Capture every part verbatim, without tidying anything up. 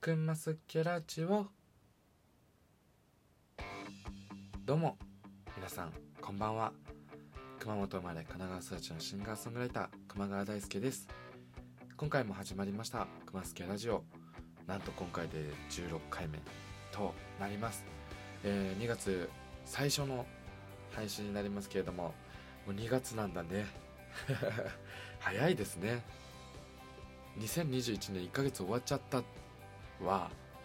くますけラジオ。どうも皆さんこんばんは。熊本生まれ神奈川育ちのシンガーソングライター熊川大輔です。今回も始まりましたくますけラジオ。なんと今回でじゅうろっかいめとなります。えー、にがつ最初の配信になりますけれども、もうにがつなんだね早いですね。にせんにじゅういちねんいっかげつ終わっちゃったわ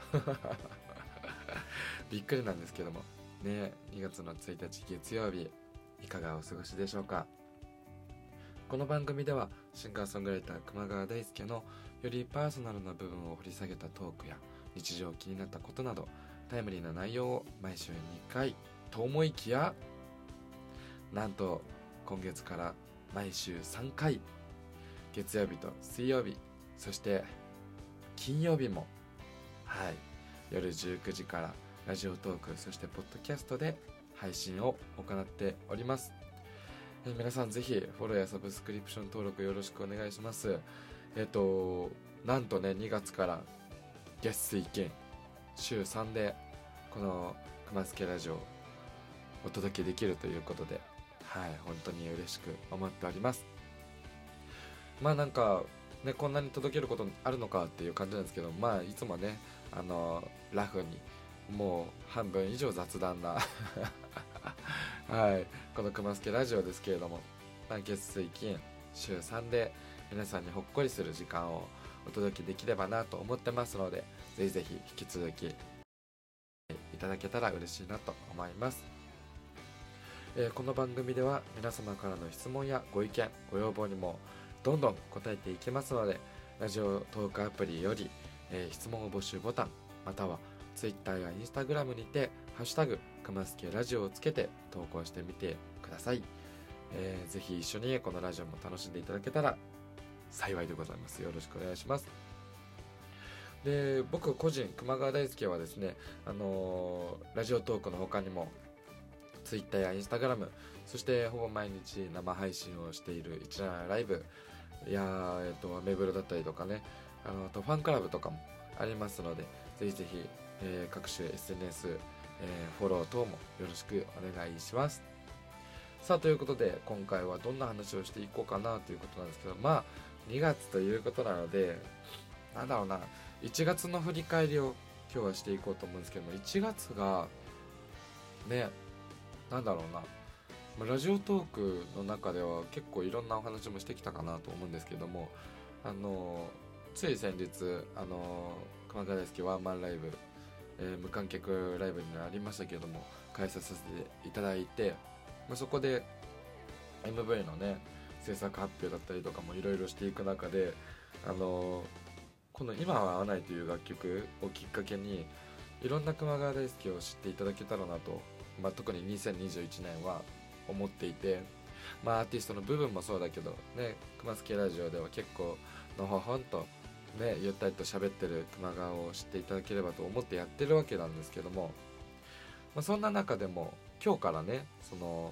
びっくりなんですけどもね。にがつのついたち月曜日、いかがお過ごしでしょうか。この番組ではシンガーソングライター熊川大輔のよりパーソナルな部分を掘り下げたトークや日常気になったことなどタイムリーな内容を毎週にかいと思いきや、なんと今月から毎週さんかい、月曜日と水曜日、そして金曜日も、はい、夜じゅうくじからラジオトーク、そしてポッドキャストで配信を行っております。え皆さんぜひフォローやサブスクリプション登録よろしくお願いします。えっとなんとね、にがつから月水金週さんでこのくますけラジオをお届けできるということで、はい、本当に嬉しく思っております。まあなんかね、こんなに届けることあるのかっていう感じなんですけど、まあいつもね、あのラフにもう半分以上雑談なはい、このくますけラジオですけれども、まあ、月水金週さんで皆さんにほっこりする時間をお届けできればなと思ってますので、ぜひぜひ引き続きいただけたら嬉しいなと思います。えー、この番組では皆様からの質問やご意見ご要望にもどんどん答えていきますので、ラジオトークアプリより、えー、質問募集ボタン、またはツイッターやインスタグラムにてハッシュタグくますけラジオをつけて投稿してみてください。えー、ぜひ一緒にこのラジオも楽しんでいただけたら幸いでございます。よろしくお願いします。で、僕個人熊川大輔はですね、あのー、ラジオトークの他にもツイッターやインスタグラム、そしてほぼ毎日生配信をしているじゅうななライブや、えっと、メブロだったりとかね、あのあとファンクラブとかもありますので、ぜひぜひ、えー、各種 エスエヌエス、えー、フォロー等もよろしくお願いします。さあ、ということで今回はどんな話をしていこうかなということなんですけど、まあにがつということなので、なんだろうな、いちがつの振り返りを今日はしていこうと思うんですけども、いちがつがね、なんだろうな、ラジオトークの中では結構いろんなお話もしてきたかなと思うんですけども、あのつい先日、あの熊川大輔ワンマンライブ、えー、無観客ライブになりましたけども開催させていただいて、まあ、そこで エムブイ のね制作発表だったりとかもいろいろしていく中で、あのこの今は会わないという楽曲をきっかけにいろんな熊川大輔を知っていただけたらなと、まあ、特ににせんにじゅういちねんは思っていて、まあアーティストの部分もそうだけどね、くますけラジオでは結構のほほんとねゆったりと喋ってる熊川を知っていただければと思ってやってるわけなんですけども、まあ、そんな中でも今日からね、その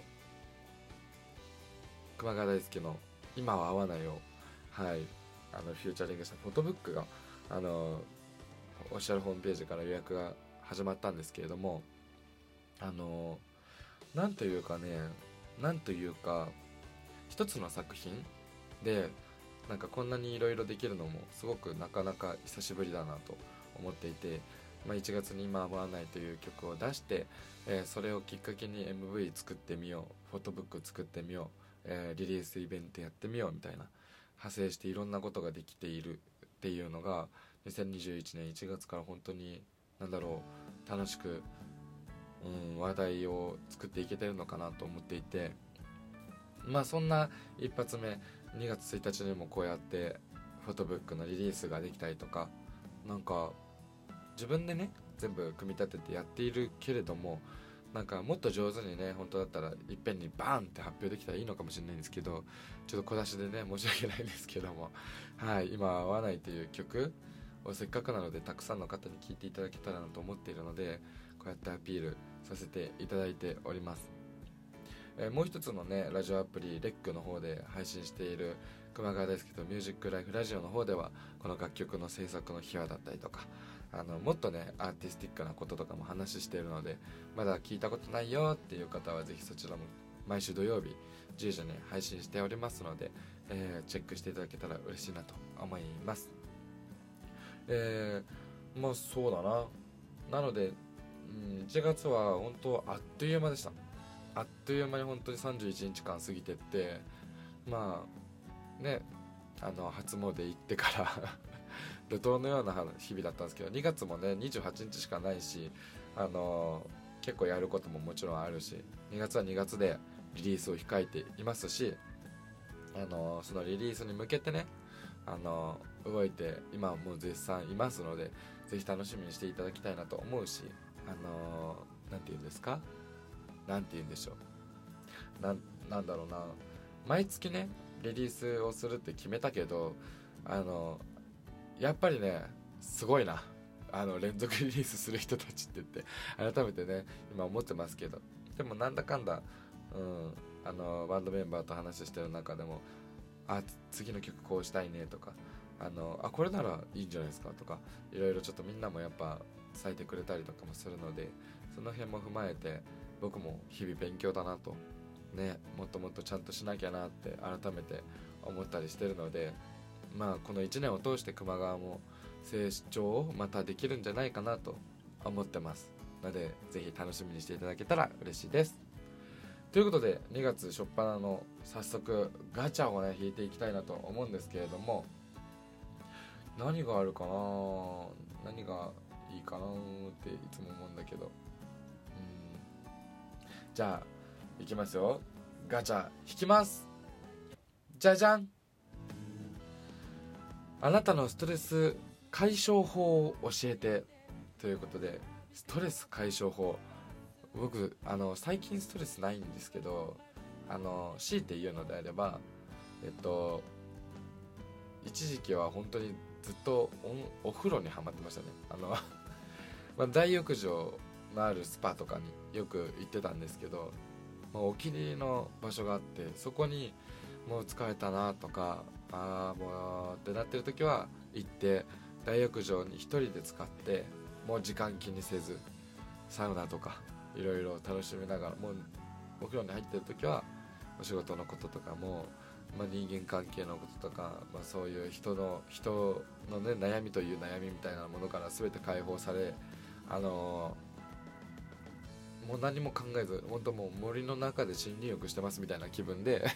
熊川大輔の今は会わないを、はい、あのフューチャリングしたフォトブックがあのオフィシャルホームページから予約が始まったんですけれども、あのなんというかね、なんというか一つの作品でなんかこんなにいろいろできるのもすごくなかなか久しぶりだなと思っていて、まあ、いちがつに今会わないという曲を出して、えー、それをきっかけに エムブイ 作ってみよう、フォトブック作ってみよう、えー、リリースイベントやってみようみたいな派生していろんなことができているっていうのがにせんにじゅういちねんいちがつから本当になんだろう、楽しく、うん、話題を作っていけてるのかなと思っていて、まあそんな一発目にがつついたちにもこうやってフォトブックのリリースができたりとか、なんか自分でね全部組み立ててやっているけれども、なんかもっと上手にね本当だったらいっぺんにバーンって発表できたらいいのかもしれないんですけど、ちょっと小出しでね申し訳ないんですけども、はい今は合わないという曲をせっかくなのでたくさんの方に聴いていただけたらなと思っているので、こうやってアピールさせていただいております。えー、もう一つのねラジオアプリレックの方で配信している熊川大輔とミュージックライフラジオの方ではこの楽曲の制作の秘話だったりとか、 あのもっとねアーティスティックなこととかも話しているので、まだ聞いたことないよっていう方はぜひそちらも毎週土曜日じゅうじに配信しておりますので、えー、チェックしていただけたら嬉しいなと思います。えー、まあそうだな。なので、うん、いちがつは本当あっという間でした。あっという間に本当にさんじゅういちにちかん過ぎてって、まあね、あの初詣行ってから怒涛のような日々だったんですけど、にがつもねにじゅうはちにちしかないし、あのー、結構やることももちろんあるし、にがつはにがつでリリースを控えていますし、あのー、そのリリースに向けてね、あのー、動いて今はもう絶賛いますので、ぜひ楽しみにしていただきたいなと思うし、あのー、なんて言うんですかなんて言うんでしょうな、なんだろうな、毎月ねリリースをするって決めたけど、あのやっぱりねすごいな、あの連続リリースする人たちって言って改めてね今思ってますけど、でもなんだかんだ、うん、あのバンドメンバーと話してる中でも、あ次の曲こうしたいねとか、あのあこれならいいんじゃないですかとか、いろいろちょっとみんなもやっぱ咲いてくれたりとかもするので、その辺も踏まえて僕も日々勉強だなとね、もっともっとちゃんとしなきゃなって改めて思ったりしてるので、まあこのいちねんを通して熊川も成長をまたできるんじゃないかなと思ってますので、ぜひ楽しみにしていただけたら嬉しいです。ということでにがつ初っ端の早速ガチャをね引いていきたいなと思うんですけれども、何があるかな、何がいいかなっていつも思うんだけど、うん、じゃあいきますよ。ガチャ引きます。じゃじゃん。あなたのストレス解消法を教えてということで、ストレス解消法、僕あの最近ストレスないんですけど、あの強いて言うのであれば、えっと一時期は本当にずっと お, お風呂にはまってましたね。あの、まあ、大浴場のあるスパとかによく行ってたんですけど、まあ、お気に入りの場所があって、そこにもう疲れたなとか、ああもうってなってる時は行って大浴場に一人で使って、もう時間気にせずサウナとかいろいろ楽しみながら、もうお風呂に入ってる時はお仕事のこととかも、まあ、人間関係のこととか、まあ、そういう人の人のね悩みという悩みみたいなものから全て解放され、あのー、もう何も考えず本当もう森の中で森林浴してますみたいな気分で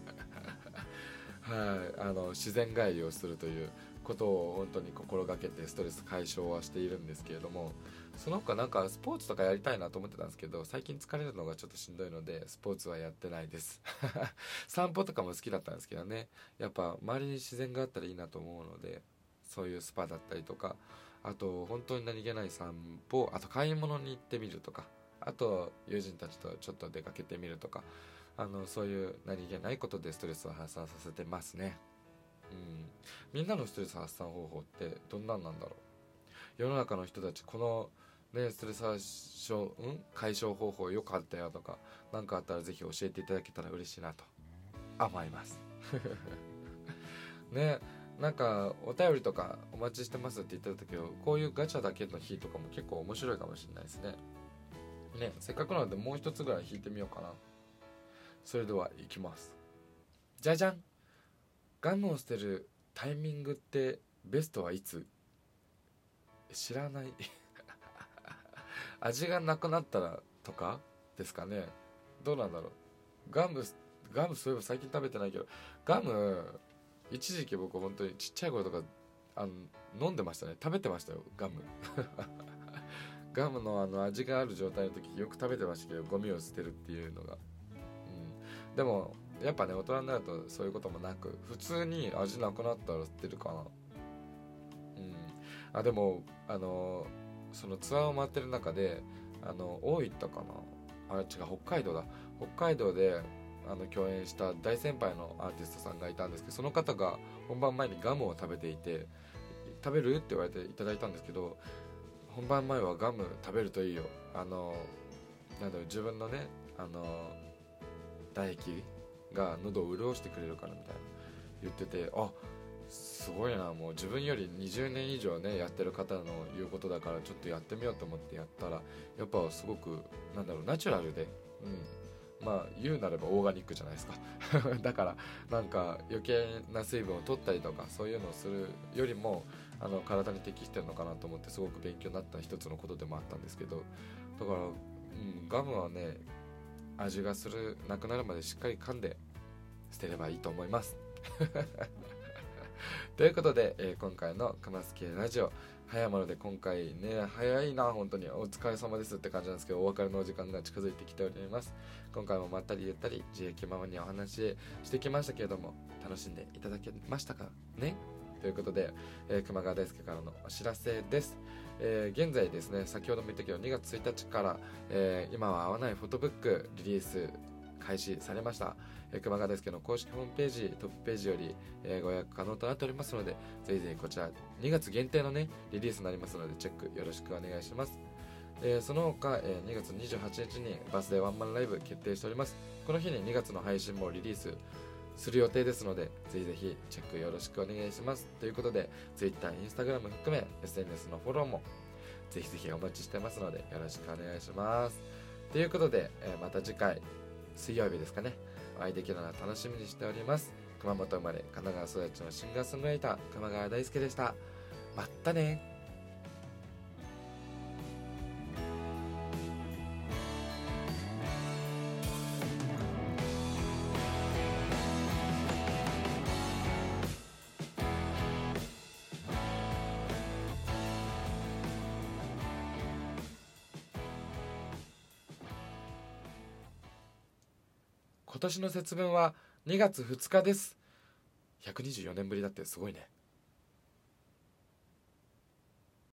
はい、あの自然帰りをするということを本当に心がけてストレス解消はしているんですけれども、その他なんかスポーツとかやりたいなと思ってたんですけど、最近疲れるのがちょっとしんどいのでスポーツはやってないです散歩とかも好きだったんですけどね、やっぱ周りに自然があったらいいなと思うので、そういうスパだったりとか、あと本当に何気ない散歩、あと買い物に行ってみるとか、あと友人たちとちょっと出かけてみるとか、あのそういう何気ないことでストレスを発散させてますね。うん、みんなのストレス発散方法ってどんなんなんだろう。世の中の人たちこのねストレス発症、うん、解消方法よかったよとか何かあったらぜひ教えていただけたら嬉しいなと思いますね。なんかお便りとかお待ちしてますって言ってたけど、こういうガチャだけの日とかも結構面白いかもしれないですね。ね、せっかくなのでもう一つぐらい引いてみようかな。それではいきます。じゃじゃん。ガムを捨てるタイミングってベストはいつ？知らない味がなくなったらとかですかね。どうなんだろう。ガムガムそういえば最近食べてないけど、ガム一時期僕本当にちっちゃい頃とかあの飲んでましたね。食べてましたよガムガムのあの味がある状態の時よく食べてましたけど、ゴミを捨てるっていうのが、うん、でもやっぱね大人になるとそういうこともなく、普通に味なくなったら捨てるかな。うん、あでもあのそのツアーを回ってる中で、あの大分かな、あ違う北海道だ、北海道であの共演した大先輩のアーティストさんがいたんですけど、その方が本番前にガムを食べていて、食べるって言われていただいたんですけど、本番前はガム食べるといいよ、あのなんだろう、自分のねあの唾液が喉を潤してくれるからみたいな言ってて、あすごいな。もう自分よりにじゅうねん以上ねやってる方の言うことだから、ちょっとやってみようと思ってやったら、やっぱすごくなんだろう、ナチュラルで、うん、まあ言うなればオーガニックじゃないですかだからなんか余計な水分を取ったりとかそういうのをするよりも、あの体に適してるのかなと思って、すごく勉強になった一つのことでもあったんですけど、だから、うん、ガムはね、味がするなくなるまでしっかり噛んで捨てればいいと思いますということで、えー今回のかます系ラジオ、早いもので今回ね、早いな、本当にお疲れ様ですって感じなんですけど、お別れのお時間が近づいてきております。今回もまったりゆったり自由気ままにお話ししてきましたけれども、楽しんでいただけましたかね。ということで、えー熊川大輔からのお知らせです。えー現在ですね、先ほども言ったけどにがつついたちから、えー今は会わないフォトブックリリース開始されました。えー熊川大輔の公式ホームページトップページより、えーご予約可能となっておりますので、ぜひぜひこちらにがつ限定のねリリースになりますので、チェックよろしくお願いします。えーその他、えーにがつにじゅうはちにちにバースデーワンマンライブ決定しております。この日ににがつの配信もリリースする予定ですので、ぜひぜひチェックよろしくお願いします。ということで、Twitter、Instagram 含め エスエヌエス のフォローもぜひぜひお待ちしてますので、よろしくお願いします。ということで、えーまた次回水曜日ですかね、お会いできるのは楽しみにしております。熊本生まれ神奈川育ちのシンガーソングライター熊川大輔でした。まったね。今年の節分はにがつふつかです。ひゃくにじゅうよねんぶりだってすごいね。